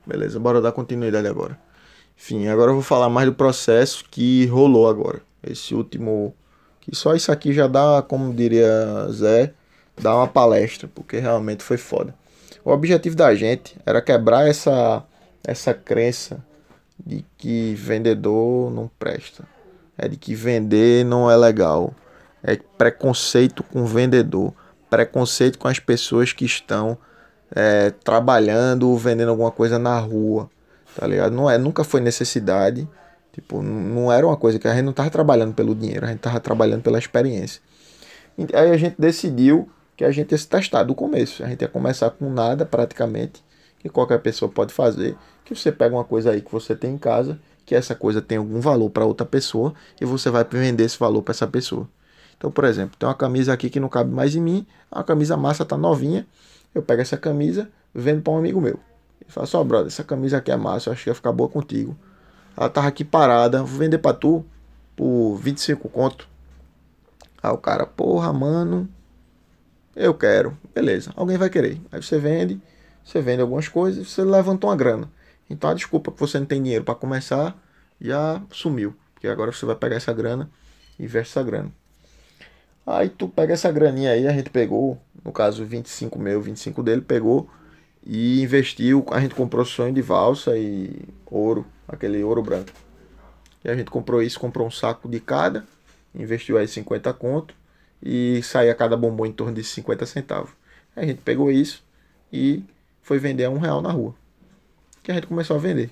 Beleza, bora dar continuidade agora. Enfim, agora eu vou falar mais do processo que rolou agora. Esse último. Que só isso aqui já dá, como diria Zé, dá uma palestra, porque realmente foi foda. O objetivo da gente era quebrar essa crença de que vendedor não presta. É de que vender não é legal. É preconceito com o vendedor. Preconceito com as pessoas que estão trabalhando ou vendendo alguma coisa na rua, tá ligado? Não é, nunca foi necessidade, tipo, não era uma coisa que a gente não tava trabalhando pelo dinheiro, a gente tava trabalhando pela experiência. E aí a gente decidiu que a gente ia se testar do começo, a gente ia começar com nada praticamente, que qualquer pessoa pode fazer, que você pega uma coisa aí que você tem em casa, que essa coisa tem algum valor para outra pessoa e você vai vender esse valor para essa pessoa. Então, por exemplo, tem uma camisa aqui que não cabe mais em mim, a camisa massa tá novinha, eu pego essa camisa, vendo para um amigo meu. Ele fala, só, brother, essa camisa aqui é massa, eu acho que ia ficar boa contigo. Ela tava aqui parada, vou vender pra tu por 25 conto. Aí o cara, porra, mano, eu quero. Beleza, alguém vai querer. Aí você vende algumas coisas, você levantou uma grana. Então a desculpa que você não tem dinheiro para começar já sumiu. Porque agora você vai pegar essa grana e investe essa grana. Aí tu pega essa graninha aí, a gente pegou, no caso 25 meu, 25 dele, pegou e investiu. A gente comprou sonho de valsa e ouro, aquele ouro branco. E a gente comprou isso, comprou um saco de cada, investiu aí 50 conto e saía cada bombom em torno de 50 centavos. Aí a gente pegou isso e foi vender a R$ 1 na rua. Que a gente começou a vender.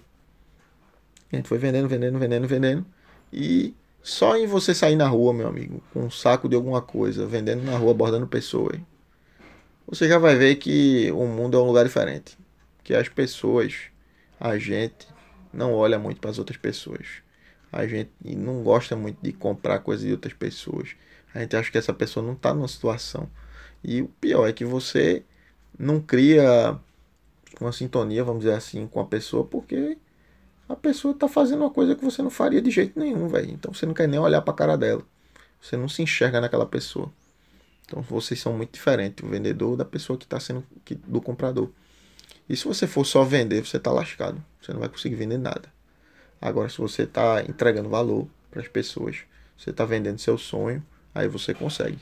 A gente foi vendendo, vendendo, vendendo, vendendo. E só em você sair na rua, meu amigo, com um saco de alguma coisa, vendendo na rua, abordando pessoas, você já vai ver que o mundo é um lugar diferente. Que as pessoas, a gente, não olha muito para as outras pessoas. A gente não gosta muito de comprar coisas de outras pessoas. A gente acha que essa pessoa não está numa situação. E o pior é que você não cria uma sintonia, vamos dizer assim, com a pessoa, porque a pessoa está fazendo uma coisa que você não faria de jeito nenhum, velho. Então você não quer nem olhar para a cara dela. Você não se enxerga naquela pessoa. Então vocês são muito diferentes, o vendedor da pessoa que está sendo do comprador. E se você for só vender, você está lascado. Você não vai conseguir vender nada. Agora, se você está entregando valor para as pessoas, você está vendendo seu sonho, aí você consegue.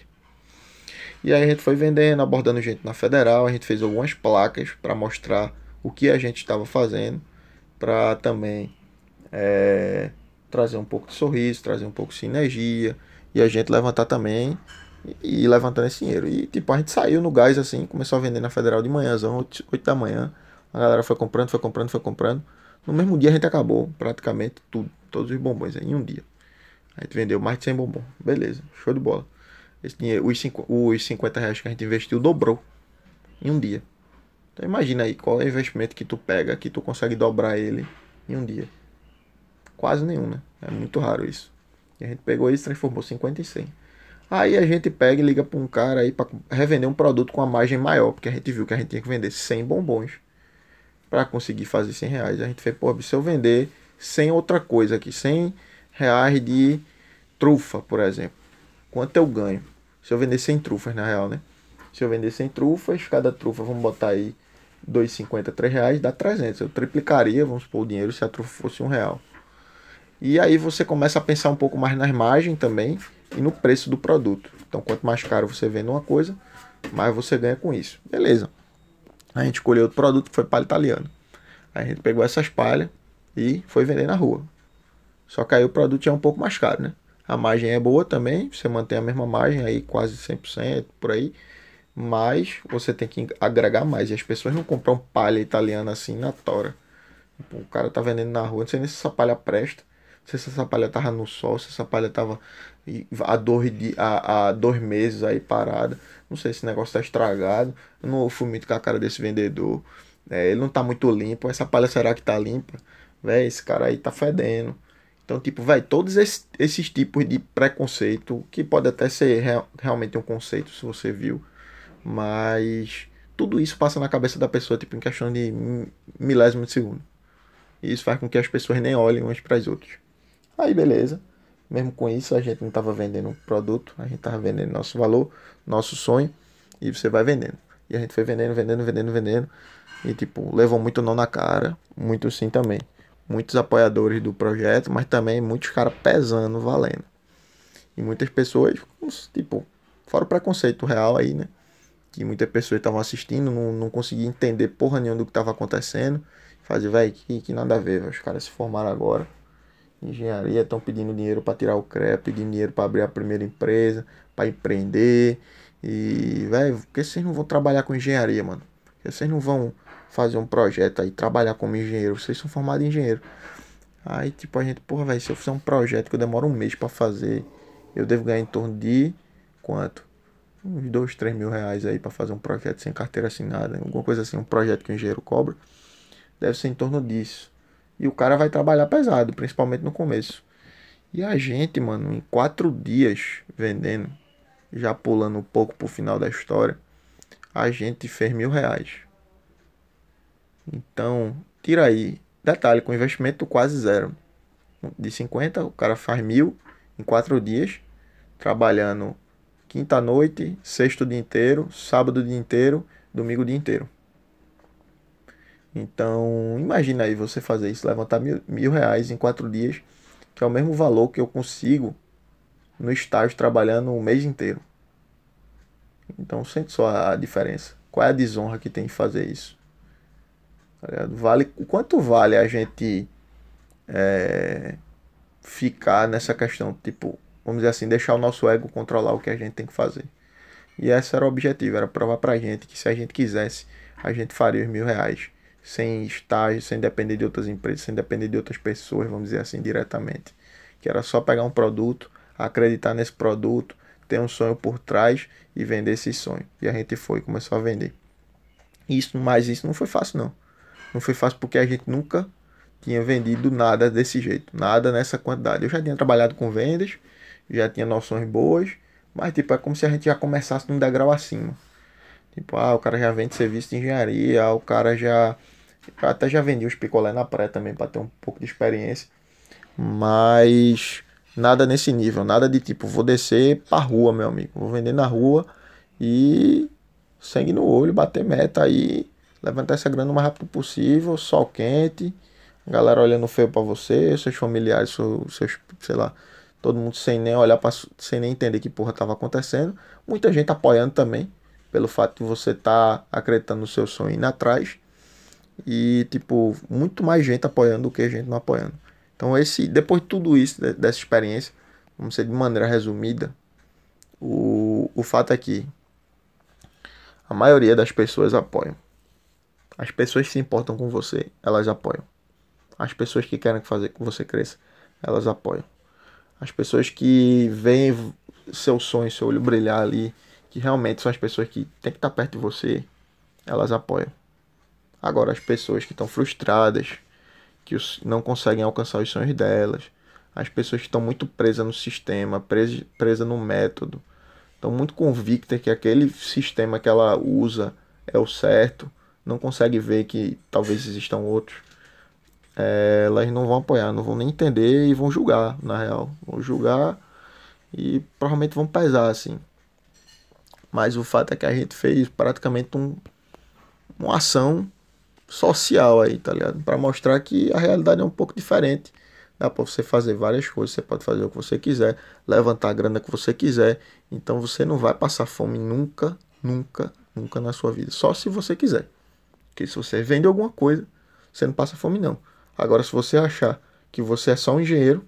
E aí a gente foi vendendo, abordando gente na federal, a gente fez algumas placas para mostrar o que a gente estava fazendo, para também trazer um pouco de sorriso, trazer um pouco de sinergia e a gente levantar também e ir levantando esse dinheiro. E tipo, a gente saiu no gás assim, começou a vender na Federal de manhãzão, 8 da manhã. A galera foi comprando, foi comprando, foi comprando. No mesmo dia a gente acabou praticamente tudo, todos os bombons em um dia. A gente vendeu mais de 100 bombons. Beleza, show de bola. Esse dinheiro, os R$ 50 que a gente investiu dobrou em um dia. Então imagina aí qual é o investimento que tu pega, que tu consegue dobrar ele em um dia. Quase nenhum, né? É muito raro isso. E a gente pegou isso e transformou 50 em 100. Aí a gente pega e liga para um cara aí para revender um produto com a margem maior, porque a gente viu que a gente tinha que vender 100 bombons para conseguir fazer R$ 100. A gente fez, pô, se eu vender 100 outra coisa aqui, R$ 100 de trufa, por exemplo, quanto eu ganho? Se eu vender 100 trufas, na real, né? Se eu vender 100 trufas, cada trufa, vamos botar aí 2,50, R$ 3, dá 300. Eu triplicaria, vamos supor, o dinheiro se a trufa fosse R$ 1. E aí você começa a pensar um pouco mais nas margens também e no preço do produto. Então, quanto mais caro você vende uma coisa, mais você ganha com isso. Beleza. A gente escolheu outro produto que foi palha italiana. Aí a gente pegou essas palhas e foi vender na rua. Só que aí o produto já é um pouco mais caro, né? A margem é boa também, você mantém a mesma margem aí, quase 100% por aí, mas você tem que agregar mais. E as pessoas não compram palha italiana assim na tora. O cara tá vendendo na rua, não sei nem se essa palha presta, não sei se essa palha tava no sol, se essa palha tava há 2 meses aí parada, não sei se esse negócio tá estragado, eu não fui muito com a cara desse vendedor, ele não tá muito limpo, essa palha será que tá limpa? Véi, esse cara aí tá fedendo. Então, tipo, véi, todos esses tipos de preconceito, que pode até ser realmente um conceito, se você viu, mas tudo isso passa na cabeça da pessoa, tipo, em questão de milésimo de segundo. E isso faz com que as pessoas nem olhem umas para as outras. Aí beleza. Mesmo com isso, a gente não estava vendendo um produto, a gente estava vendendo nosso valor, nosso sonho, e você vai vendendo. E a gente foi vendendo, vendendo, vendendo, vendendo. E, tipo, levou muito não na cara, muito sim também. Muitos apoiadores do projeto, mas também muitos caras pesando, valendo. E muitas pessoas, tipo, fora o preconceito real aí, né? Que muitas pessoas estavam assistindo, não conseguiam entender porra nenhuma do que estava acontecendo. Fazia, velho, que nada a ver, véio. Os caras se formaram agora. Engenharia, estão pedindo dinheiro para tirar o CREA, pedindo dinheiro para abrir a primeira empresa, para empreender. E, velho, por que vocês não vão trabalhar com engenharia, mano? Por que vocês não vão fazer um projeto aí, trabalhar como engenheiro? Vocês são formados em engenheiro. Aí, tipo, a gente, porra, velho, se eu fizer um projeto que eu demoro um mês para fazer, eu devo ganhar em torno de quanto? Uns 2, 3 mil reais aí para fazer um projeto sem carteira assinada, alguma coisa assim, um projeto que o engenheiro cobra, deve ser em torno disso. E o cara vai trabalhar pesado, principalmente no começo. E a gente, mano, em 4 dias vendendo, já pulando um pouco pro final da história, a gente fez R$ 1.000. Então, tira aí. Detalhe, com investimento quase zero. De 50, o cara faz 1.000 em 4 dias, trabalhando quinta à noite, sexta o dia inteiro, sábado o dia inteiro, domingo o dia inteiro. Então, imagina aí você fazer isso, levantar R$ 1.000 em 4 dias, que é o mesmo valor que eu consigo no estágio trabalhando o mês inteiro. Então, sente só a diferença. Qual é a desonra que tem de fazer isso? Tá ligado? Vale, o quanto vale a gente ficar nessa questão, tipo, vamos dizer assim, deixar o nosso ego controlar o que a gente tem que fazer. E esse era o objetivo, era provar pra gente que se a gente quisesse, a gente faria os R$ 1.000. Sem estágio, sem depender de outras empresas, sem depender de outras pessoas, vamos dizer assim, diretamente. Que era só pegar um produto, acreditar nesse produto, ter um sonho por trás e vender esse sonho. E a gente foi, começou a vender. Mas isso não foi fácil não. Não foi fácil porque a gente nunca tinha vendido nada desse jeito, nada nessa quantidade. Eu já tinha trabalhado com vendas, já tinha noções boas, mas tipo, é como se a gente já começasse num degrau acima. Tipo, o cara já vende serviço de engenharia, o cara já. Eu até já vendi os picolé na praia também para ter um pouco de experiência. Mas nada nesse nível, nada de tipo, vou descer pra rua, meu amigo. Vou vender na rua e sangue no olho, bater meta aí, levantar essa grana o mais rápido possível, sol quente, galera olhando feio pra você, seus familiares, seus, sei lá, todo mundo sem nem olhar pra, sem nem entender que porra tava acontecendo. Muita gente apoiando também, pelo fato de você estar acreditando no seu sonho e indo atrás. E, tipo, muito mais gente apoiando do que gente não apoiando. Então, depois de tudo isso, dessa experiência, vamos dizer de maneira resumida, o fato é que a maioria das pessoas apoiam. As pessoas que se importam com você, elas apoiam. As pessoas que querem fazer que você cresça, elas apoiam. As pessoas que veem seu sonho, seu olho brilhar ali, que realmente são as pessoas que têm que estar perto de você, elas apoiam. Agora, as pessoas que estão frustradas, que não conseguem alcançar os sonhos delas, as pessoas que estão muito presas no sistema, presas no método, estão muito convictas que aquele sistema que ela usa é o certo, não consegue ver que talvez existam outros, elas não vão apoiar, não vão nem entender e vão julgar, na real. Vão julgar e provavelmente vão pesar, assim. Mas o fato é que a gente fez praticamente uma ação social aí, tá ligado? Para mostrar que a realidade é um pouco diferente. Dá para você fazer várias coisas, você pode fazer o que você quiser, levantar a grana que você quiser. Então você não vai passar fome nunca, nunca, nunca na sua vida. Só se você quiser. Porque se você vende alguma coisa, você não passa fome não. Agora se você achar que você é só um engenheiro,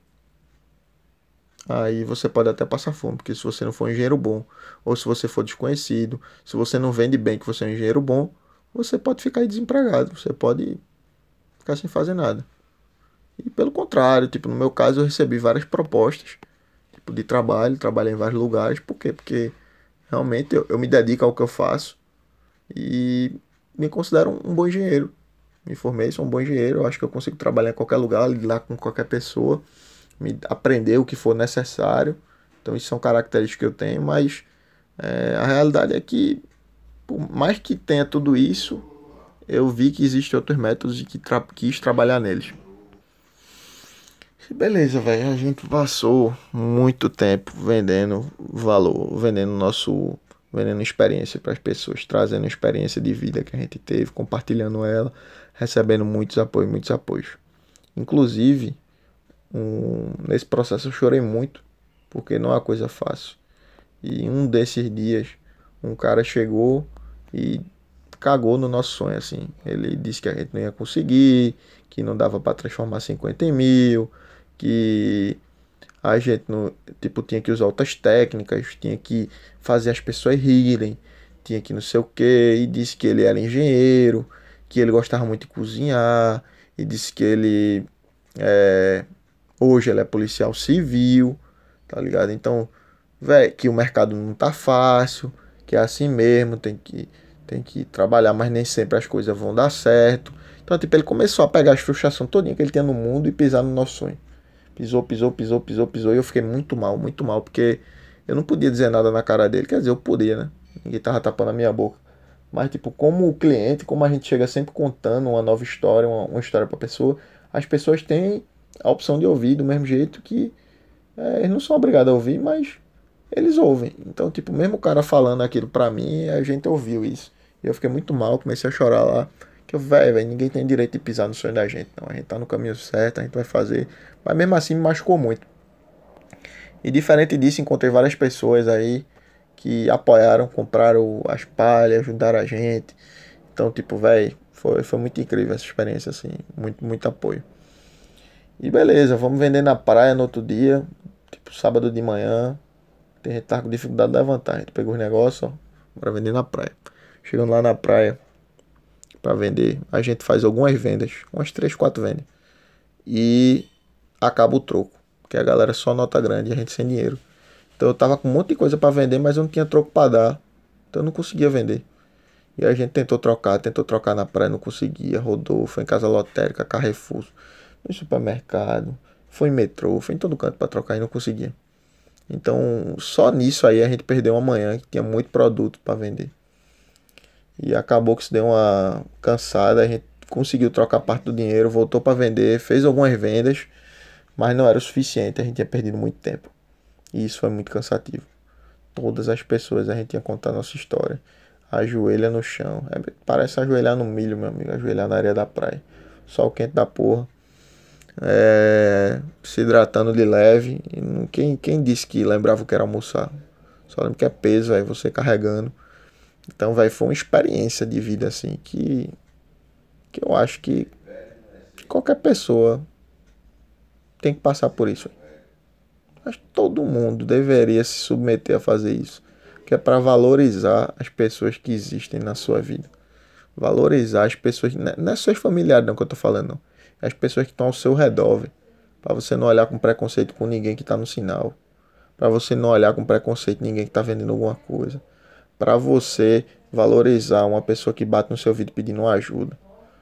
aí você pode até passar fome, porque se você não for um engenheiro bom, ou se você for desconhecido, se você não vende bem que você é um engenheiro bom, você pode ficar aí desempregado, você pode ficar sem fazer nada. E pelo contrário, tipo, no meu caso eu recebi várias propostas, tipo, de trabalho, trabalhei em vários lugares, por quê? Porque realmente eu me dedico ao que eu faço e me considero um bom engenheiro. Me formei, sou um bom engenheiro, eu acho que eu consigo trabalhar em qualquer lugar, lidar com qualquer pessoa, aprender o que for necessário. Então isso são características que eu tenho, mas a realidade é que, por mais que tenha tudo isso, eu vi que existem outros métodos e que quis trabalhar neles. Beleza, velho. A gente passou muito tempo vendendo valor, vendendo vendendo experiência para as pessoas, trazendo experiência de vida que a gente teve, compartilhando ela, recebendo muitos apoios, muitos apoios. Inclusive, nesse processo eu chorei muito, porque não é uma coisa fácil. E um desses dias, um cara chegou e cagou no nosso sonho, assim. Ele disse que a gente não ia conseguir, que não dava para transformar 50 em mil, que a gente não, tipo, tinha que usar outras técnicas, tinha que fazer as pessoas rirem, tinha que não sei o que, e disse que ele era engenheiro, que ele gostava muito de cozinhar, e disse que ele hoje ele é policial civil, tá ligado? Então, velho, que o mercado não tá fácil, que é assim mesmo, tem que trabalhar, mas nem sempre as coisas vão dar certo. Então, tipo, ele começou a pegar as frustrações todinha que ele tinha no mundo e pisar no nosso sonho. Pisou, pisou, pisou, pisou, pisou. E eu fiquei muito mal, porque eu não podia dizer nada na cara dele. Quer dizer, eu podia, né? Ninguém tava tapando a minha boca. Mas, tipo, como o cliente, como a gente chega sempre contando uma nova história, uma história pra pessoa, as pessoas têm a opção de ouvir do mesmo jeito que eles não são obrigados a ouvir, mas eles ouvem. Então, tipo, mesmo o cara falando aquilo pra mim, a gente ouviu isso. E eu fiquei muito mal, comecei a chorar lá. Que eu, velho, ninguém tem direito de pisar no sonho da gente, não. A gente tá no caminho certo, a gente vai fazer. Mas mesmo assim me machucou muito. E diferente disso, encontrei várias pessoas aí que apoiaram, compraram as palhas, ajudaram a gente. Então, tipo, velho, foi muito incrível essa experiência, assim. Muito, muito apoio. E beleza, vamos vender na praia no outro dia, tipo, sábado de manhã. Tem gente que tá com dificuldade de levantar. A gente pegou os negócios, ó, pra vender na praia. Chegando lá na praia pra vender, a gente faz algumas vendas, umas 3 4 vendas. E acaba o troco, que a galera só nota grande e a gente sem dinheiro. Então eu tava com um monte de coisa pra vender, mas eu não tinha troco pra dar. Então eu não conseguia vender. E a gente tentou trocar na praia, não conseguia. Rodou, foi em casa lotérica, Carrefour, no supermercado, foi em metrô, foi em todo canto pra trocar e não conseguia. Então, só nisso aí a gente perdeu uma manhã que tinha muito produto para vender. E acabou que se deu uma cansada, a gente conseguiu trocar parte do dinheiro, voltou para vender, fez algumas vendas, mas não era o suficiente, a gente tinha perdido muito tempo. E isso foi muito cansativo. Todas as pessoas a gente ia contar nossa história. Ajoelha no chão. Parece ajoelhar no milho, meu amigo, ajoelhar na areia da praia. Sol quente da porra. Se hidratando de leve. E quem disse que lembrava o que era almoçar? Só lembro que é peso, aí você carregando. Então, vai foi uma experiência de vida assim que eu acho que qualquer pessoa tem que passar por isso. Acho que todo mundo deveria se submeter a fazer isso, que é para valorizar as pessoas que existem na sua vida. Valorizar as pessoas, não é só os familiares não que eu tô falando, não. É as pessoas que estão ao seu redor, velho. Para você não olhar com preconceito com ninguém que tá no sinal. Para você não olhar com preconceito ninguém que tá vendendo alguma coisa. Para você valorizar uma pessoa que bate no seu vidro pedindo ajuda.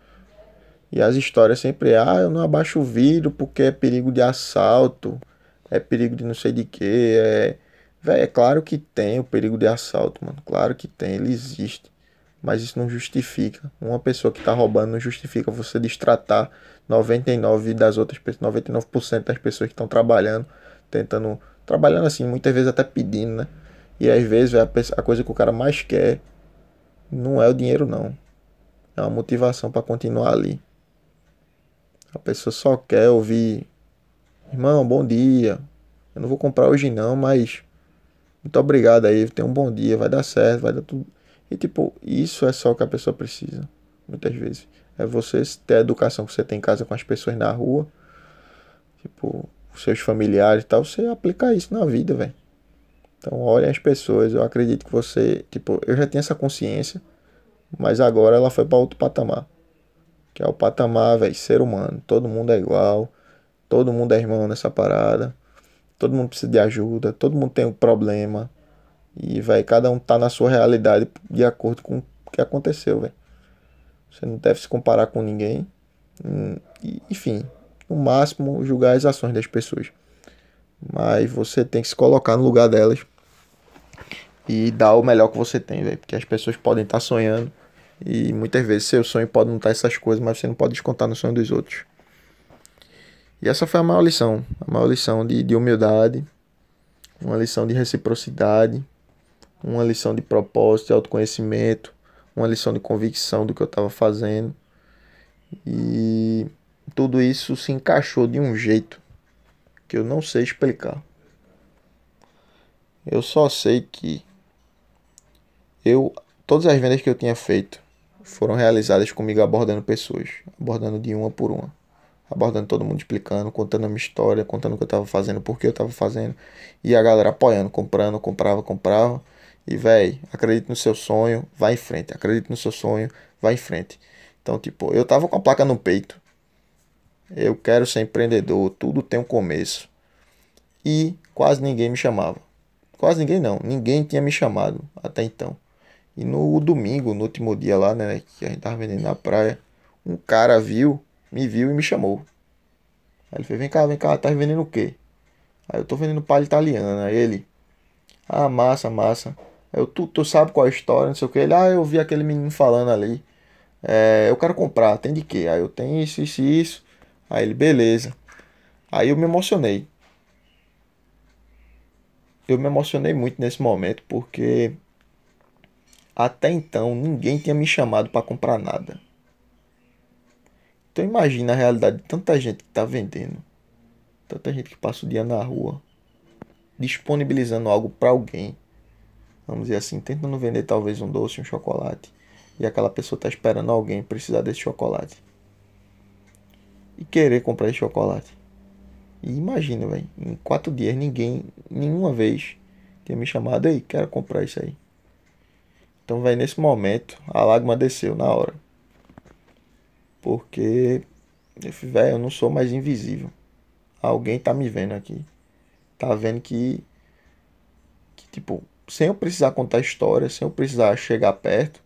E as histórias sempre, eu não abaixo o vidro porque é perigo de assalto, é perigo de não sei de quê, Véi, é claro que tem o perigo de assalto, mano. Claro que tem, ele existe. Mas isso não justifica. Uma pessoa que tá roubando não justifica você destratar 99 das outras pessoas, 99% das pessoas que estão trabalhando, tentando, trabalhando assim, muitas vezes até pedindo, né? E às vezes a coisa que o cara mais quer não é o dinheiro, não. É uma motivação para continuar ali. A pessoa só quer ouvir, irmão, bom dia. Eu não vou comprar hoje não, mas muito obrigado aí, tenha um bom dia, vai dar certo, vai dar tudo. E tipo, isso é só o que a pessoa precisa, muitas vezes. É você ter a educação que você tem em casa com as pessoas na rua, tipo, os seus familiares e tal, você aplicar isso na vida, velho. Então, olhem as pessoas, eu acredito que você, tipo, eu já tinha essa consciência, mas agora ela foi para outro patamar. Que é o patamar, velho, ser humano. Todo mundo é igual, todo mundo é irmão nessa parada. Todo mundo precisa de ajuda, todo mundo tem um problema. E, velho, cada um tá na sua realidade de acordo com o que aconteceu, velho. Você não deve se comparar com ninguém. Enfim, no máximo julgar as ações das pessoas. Mas você tem que se colocar no lugar delas e dar o melhor que você tem, velho. Porque as pessoas podem estar sonhando e muitas vezes seu sonho pode não estar essas coisas, mas você não pode descontar no sonho dos outros. E essa foi a maior lição de humildade, uma lição de reciprocidade, uma lição de propósito, de autoconhecimento, uma lição de convicção do que eu estava fazendo. E tudo isso se encaixou de um jeito que eu não sei explicar. Eu só sei que todas as vendas que eu tinha feito foram realizadas comigo abordando pessoas, abordando de uma por uma, abordando todo mundo, explicando, contando a minha história, contando o que eu estava fazendo, por que eu estava fazendo, e a galera apoiando, comprando, comprava. E véi, acredite no seu sonho, vai em frente. Acredite no seu sonho, vai em frente. Então, tipo, eu tava com a placa no peito. Eu quero ser empreendedor, tudo tem um começo. E quase ninguém me chamava. Quase ninguém não, ninguém tinha me chamado até então. E no domingo, no último dia lá, né, que a gente tava vendendo na praia, um cara me viu e me chamou. Aí ele fez, vem cá, tá vendendo o quê? Aí eu tô vendendo palha italiana. Aí ele, ah, massa, massa. Aí eu, tu sabe qual é a história, não sei o que. Ele, eu vi aquele menino falando ali. Eu quero comprar, tem de quê? Aí eu tenho isso, isso e isso. Aí ele, beleza. Aí eu me emocionei. Eu me emocionei muito nesse momento porque até então ninguém tinha me chamado para comprar nada. Então imagina a realidade de tanta gente que está vendendo, tanta gente que passa o dia na rua, disponibilizando algo para alguém, vamos dizer assim, tentando vender talvez um doce, um chocolate, e aquela pessoa está esperando alguém precisar desse chocolate e querer comprar esse chocolate. E imagina, velho, em 4 dias ninguém, nenhuma vez, tinha me chamado, ei, quero comprar isso aí. Então, velho, nesse momento, a lágrima desceu na hora. Porque, velho, eu não sou mais invisível. Alguém tá me vendo aqui. Tá vendo que, tipo, sem eu precisar contar história, sem eu precisar chegar perto,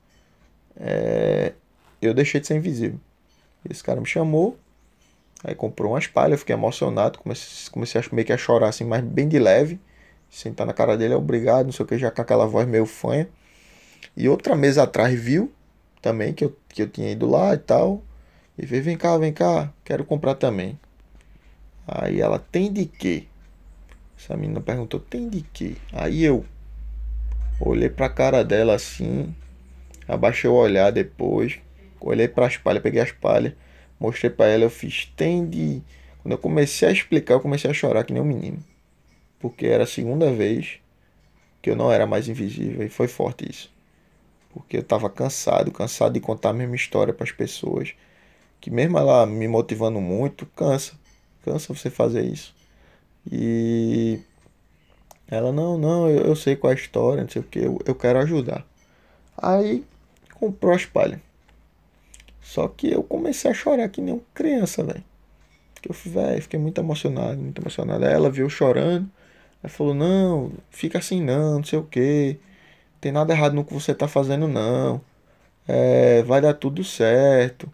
eu deixei de ser invisível. Esse cara me chamou, aí comprou umas palhas, eu fiquei emocionado, comecei a meio que a chorar assim, mas bem de leve. Sentar na cara dele, obrigado, não sei o que, já com aquela voz meio fanha. E outra mesa atrás viu também que eu tinha ido lá e tal. E veio, vem cá, quero comprar também. Aí ela, tem de quê? Essa menina perguntou, tem de quê? Aí eu olhei pra cara dela assim, abaixei o olhar depois, olhei pras palhas, peguei as palhas, mostrei pra ela, eu fiz, tem de... Quando eu comecei a explicar, eu comecei a chorar que nem um menino. Porque era a segunda vez que eu não era mais invisível e foi forte isso. Porque eu tava cansado de contar a mesma história pras pessoas. Que mesmo ela me motivando muito, cansa você fazer isso. E ela, não, eu sei qual é a história, não sei o que, eu quero ajudar. Aí comprou as palhas. Só que eu comecei a chorar que nem uma criança, velho. Que eu véio, fiquei muito emocionado, muito emocionado. Aí ela viu chorando, aí falou, não, fica assim não sei o que. Tem nada errado no que você tá fazendo não. Vai dar tudo certo.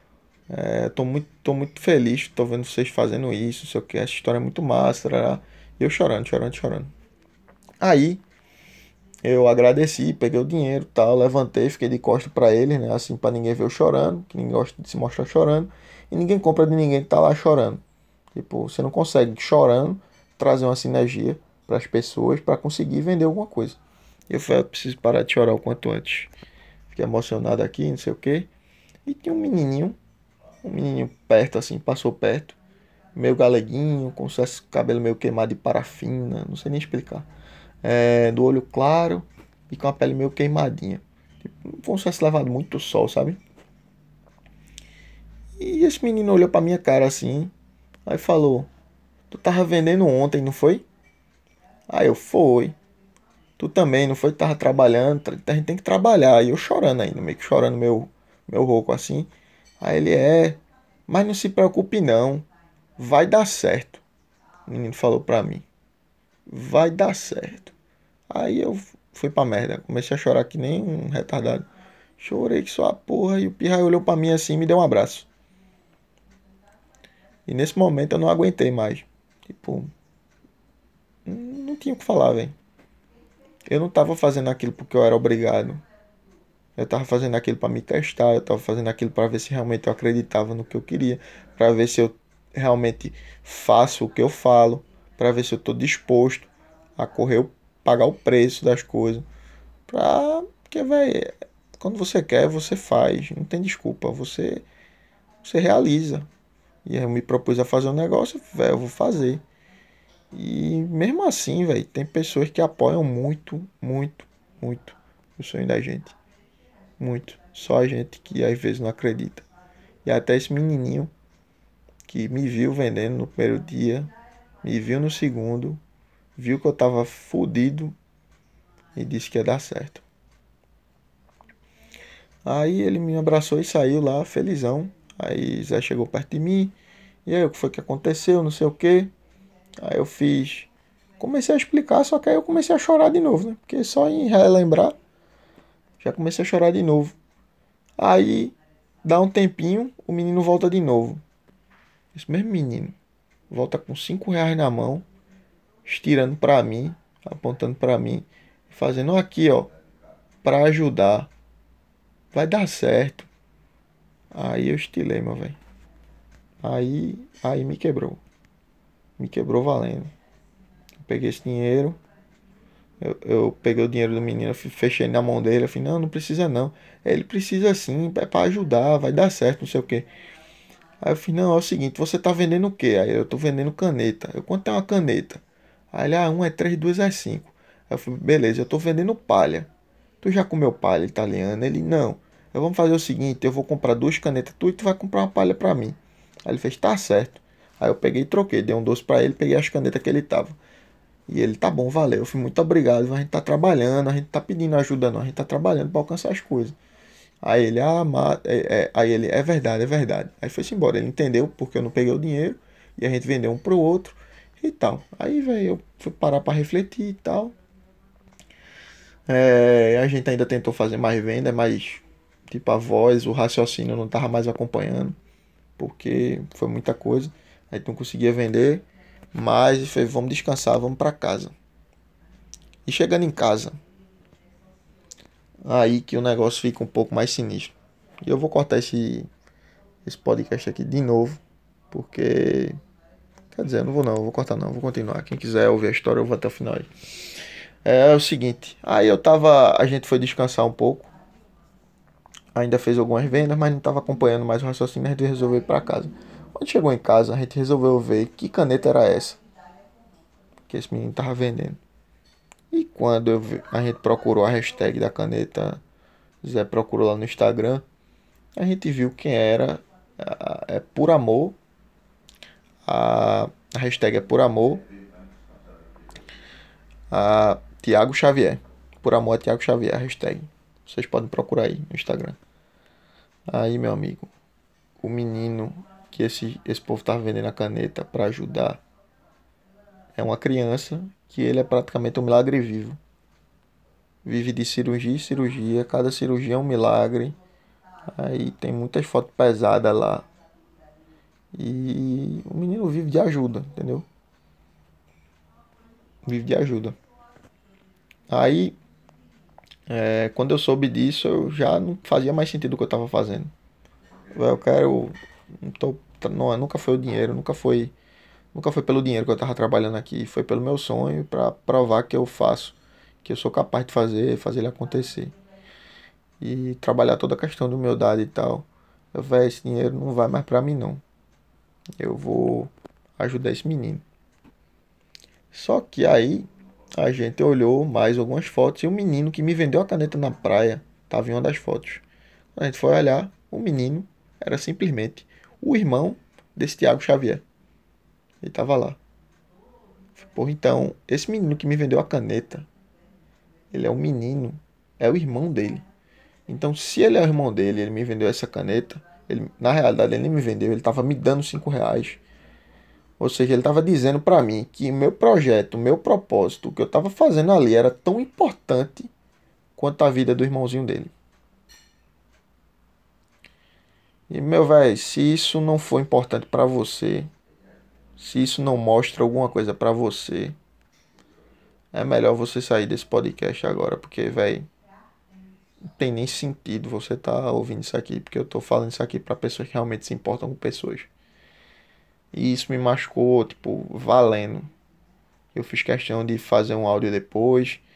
Tô muito feliz, tô vendo vocês fazendo isso, não sei o que. Essa história é muito massa. Tarará. E eu chorando. Aí eu agradeci, peguei o dinheiro, tal, levantei, fiquei de costas pra ele, né, assim pra ninguém ver eu chorando, que ninguém gosta de se mostrar chorando, e ninguém compra de ninguém que tá lá chorando. Tipo, você não consegue chorando trazer uma sinergia para as pessoas para conseguir vender alguma coisa. Eu falei, eu preciso parar de chorar o quanto antes. Fiquei emocionado aqui, não sei o que. E tinha um menininho perto assim, passou perto, meio galeguinho, com o cabelo meio queimado de parafina, não sei nem explicar. Do olho claro e com a pele meio queimadinha. Tipo, como se tivesse levado muito sol, sabe? E esse menino olhou pra minha cara assim, aí falou: Tu tava vendendo ontem, não foi? Aí eu: Foi. Tu também, não foi? Tu tava trabalhando, a gente tem que trabalhar. Aí eu chorando ainda, meio que chorando meu rouco assim. Aí ele: Mas não se preocupe não, vai dar certo. O menino falou pra mim: Vai dar certo. Aí eu fui pra merda. Comecei a chorar que nem um retardado. Chorei que só a porra. E o Pirra olhou pra mim assim e me deu um abraço. E nesse momento eu não aguentei mais. Tipo, não tinha o que falar, velho. Eu não tava fazendo aquilo porque eu era obrigado. Eu tava fazendo aquilo pra me testar. Eu tava fazendo aquilo pra ver se realmente eu acreditava no que eu queria. Pra ver se eu realmente faço o que eu falo. Pra ver se eu tô disposto a correr, pagar o preço das coisas. Porque, velho, quando você quer, você faz. Não tem desculpa. Você realiza. E eu me propus a fazer um negócio, velho, eu vou fazer. E mesmo assim, velho, tem pessoas que apoiam muito, muito, muito o sonho da gente. Muito. Só a gente que às vezes não acredita. E até esse menininho que me viu vendendo no primeiro dia, me viu no segundo, viu que eu tava fudido e disse que ia dar certo. Aí ele me abraçou e saiu lá, felizão. Aí Zé chegou perto de mim. E aí, o que foi que aconteceu? Não sei o que. Aí eu fiz. Comecei a explicar, só que aí eu comecei a chorar de novo, né? Porque só em relembrar, já comecei a chorar de novo. Aí, dá um tempinho, o menino volta de novo. Esse mesmo menino volta com R$ 5 na mão, estirando pra mim, apontando pra mim, fazendo aqui, ó, pra ajudar. Vai dar certo. Aí eu estilei, meu velho. Aí me quebrou. Me quebrou valendo. Eu peguei esse dinheiro. Eu peguei o dinheiro do menino, eu fechei na mão dele. Eu falei, não, não precisa não. Ele precisa sim, é pra ajudar, vai dar certo, não sei o quê. Aí eu falei, não, é o seguinte, você tá vendendo o quê? Aí eu tô vendendo caneta. Eu, quanto é uma caneta? Aí ele, um é 3, 2 é 5. Aí eu falei, beleza, eu tô vendendo palha. Tu já comeu palha italiana? Ele, não. Eu vamos fazer o seguinte, eu vou comprar 2 canetas tu e tu vai comprar uma palha pra mim. Aí ele fez, tá certo. Aí eu peguei e troquei, dei um doce pra ele, peguei as canetas que ele tava. E ele, tá bom, valeu. Eu fui muito obrigado. A gente tá trabalhando, a gente tá pedindo ajuda, não. A gente tá trabalhando pra alcançar as coisas. Aí ele, aí ele, é verdade, é verdade. Aí foi-se embora. Ele entendeu porque eu não peguei o dinheiro e a gente vendeu um pro outro e tal. Aí, velho, eu fui parar pra refletir e tal. A gente ainda tentou fazer mais venda, mas, tipo, a voz, o raciocínio não tava mais acompanhando, porque foi muita coisa. A gente não conseguia vender, mas foi, vamos descansar, vamos pra casa. E chegando em casa, aí que o negócio fica um pouco mais sinistro. E eu vou cortar esse podcast aqui de novo, porque. Quer dizer, eu não vou não, eu vou cortar não, eu vou continuar. Quem quiser ouvir a história, eu vou até o final aí. É o seguinte, aí eu tava. A gente foi descansar um pouco. Ainda fez algumas vendas, mas não tava acompanhando mais o raciocínio, a gente resolveu ir pra casa. Quando chegou em casa, a gente resolveu ver que caneta era essa que esse menino tava vendendo. E quando a gente procurou a hashtag da caneta, Zé procurou lá no Instagram, a gente viu quem era. É por amor. A hashtag é por amor a Tiago Xavier. Por amor a Tiago Xavier, a hashtag. Vocês podem procurar aí no Instagram. Aí, meu amigo, o menino que esse povo tava vendendo a caneta para ajudar é uma criança que ele é praticamente um milagre vivo. Vive de cirurgia em cirurgia, cada cirurgia é um milagre. Aí tem muitas fotos pesadas lá. E o menino vive de ajuda, entendeu? Vive de ajuda. Aí, quando eu soube disso, eu já não fazia mais sentido o que eu tava fazendo. Eu quero. Não tô, não, nunca foi o dinheiro, nunca foi pelo dinheiro que eu tava trabalhando aqui, foi pelo meu sonho para provar que eu faço, que eu sou capaz de fazer ele acontecer. E trabalhar toda a questão de humildade e tal. Eu, véi, esse dinheiro não vai mais pra mim não. Eu vou ajudar esse menino. Só que aí a gente olhou mais algumas fotos e o menino que me vendeu a caneta na praia estava em uma das fotos. Quando a gente foi olhar, o menino era simplesmente o irmão desse Tiago Xavier. Ele estava lá. Porra, então, esse menino que me vendeu a caneta, ele é um menino, é o irmão dele. Então, se ele é o irmão dele, ele me vendeu essa caneta, ele, na realidade ele nem me vendeu, ele estava me dando R$ 5. Ou seja, ele estava dizendo para mim que o meu projeto, o meu propósito, o que eu estava fazendo ali era tão importante quanto a vida do irmãozinho dele. E meu velho, se isso não for importante para você, se isso não mostra alguma coisa para você, é melhor você sair desse podcast agora, porque velho, não tem nem sentido você tá ouvindo isso aqui, porque eu tô falando isso aqui para pessoas que realmente se importam com pessoas. E isso me machucou, tipo, valendo. Eu fiz questão de fazer um áudio depois,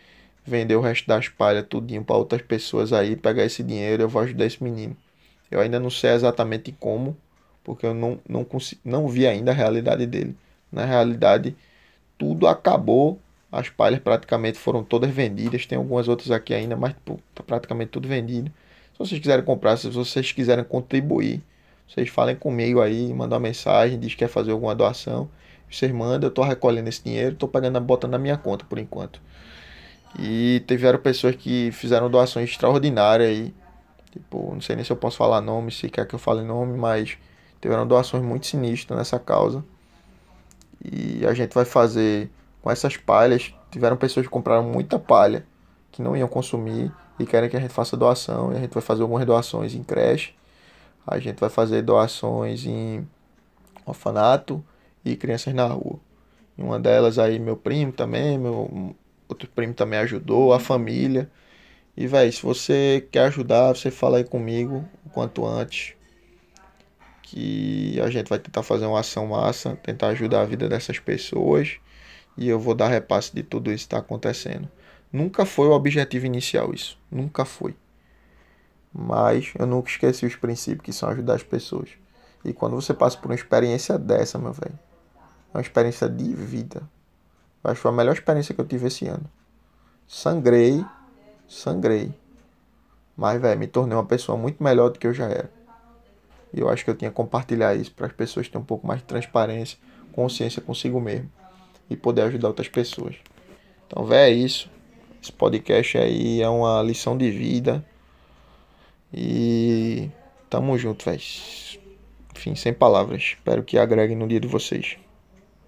vender o resto das palhas tudinho para outras pessoas aí, pegar esse dinheiro, eu vou ajudar esse menino. Eu ainda não sei exatamente como, porque eu não vi ainda a realidade dele. Na realidade, tudo acabou, as palhas praticamente foram todas vendidas, tem algumas outras aqui ainda, mas pô, tá praticamente tudo vendido. Se vocês quiserem comprar, se vocês quiserem contribuir, vocês falem comigo aí, mandam uma mensagem, diz que quer fazer alguma doação. Vocês mandam, eu tô recolhendo esse dinheiro, tô pagando, botando na minha conta por enquanto. E tiveram pessoas que fizeram doações extraordinárias aí. Tipo, não sei nem se eu posso falar nome, se quer que eu fale nome, mas tiveram doações muito sinistras nessa causa. E a gente vai fazer com essas palhas. Tiveram pessoas que compraram muita palha que não iam consumir e querem que a gente faça doação. E a gente vai fazer algumas doações em creche. A gente vai fazer doações em orfanato e crianças na rua. E uma delas aí, meu primo também, meu outro primo também ajudou, a família. E, véi, se você quer ajudar, você fala aí comigo o quanto antes. Que a gente vai tentar fazer uma ação massa, tentar ajudar a vida dessas pessoas. E eu vou dar repasse de tudo isso que está acontecendo. Nunca foi o objetivo inicial isso. Nunca foi. Mas eu nunca esqueci os princípios que são ajudar as pessoas. E quando você passa por uma experiência dessa, meu velho, é uma experiência de vida. Eu acho que foi a melhor experiência que eu tive esse ano. Sangrei, sangrei. Mas, velho, me tornei uma pessoa muito melhor do que eu já era. E eu acho que eu tinha que compartilhar isso para as pessoas terem um pouco mais de transparência, consciência consigo mesmo e poder ajudar outras pessoas. Então, velho, é isso. Esse podcast aí é uma lição de vida. E tamo junto, velho. Enfim, sem palavras. Espero que agregue no dia de vocês.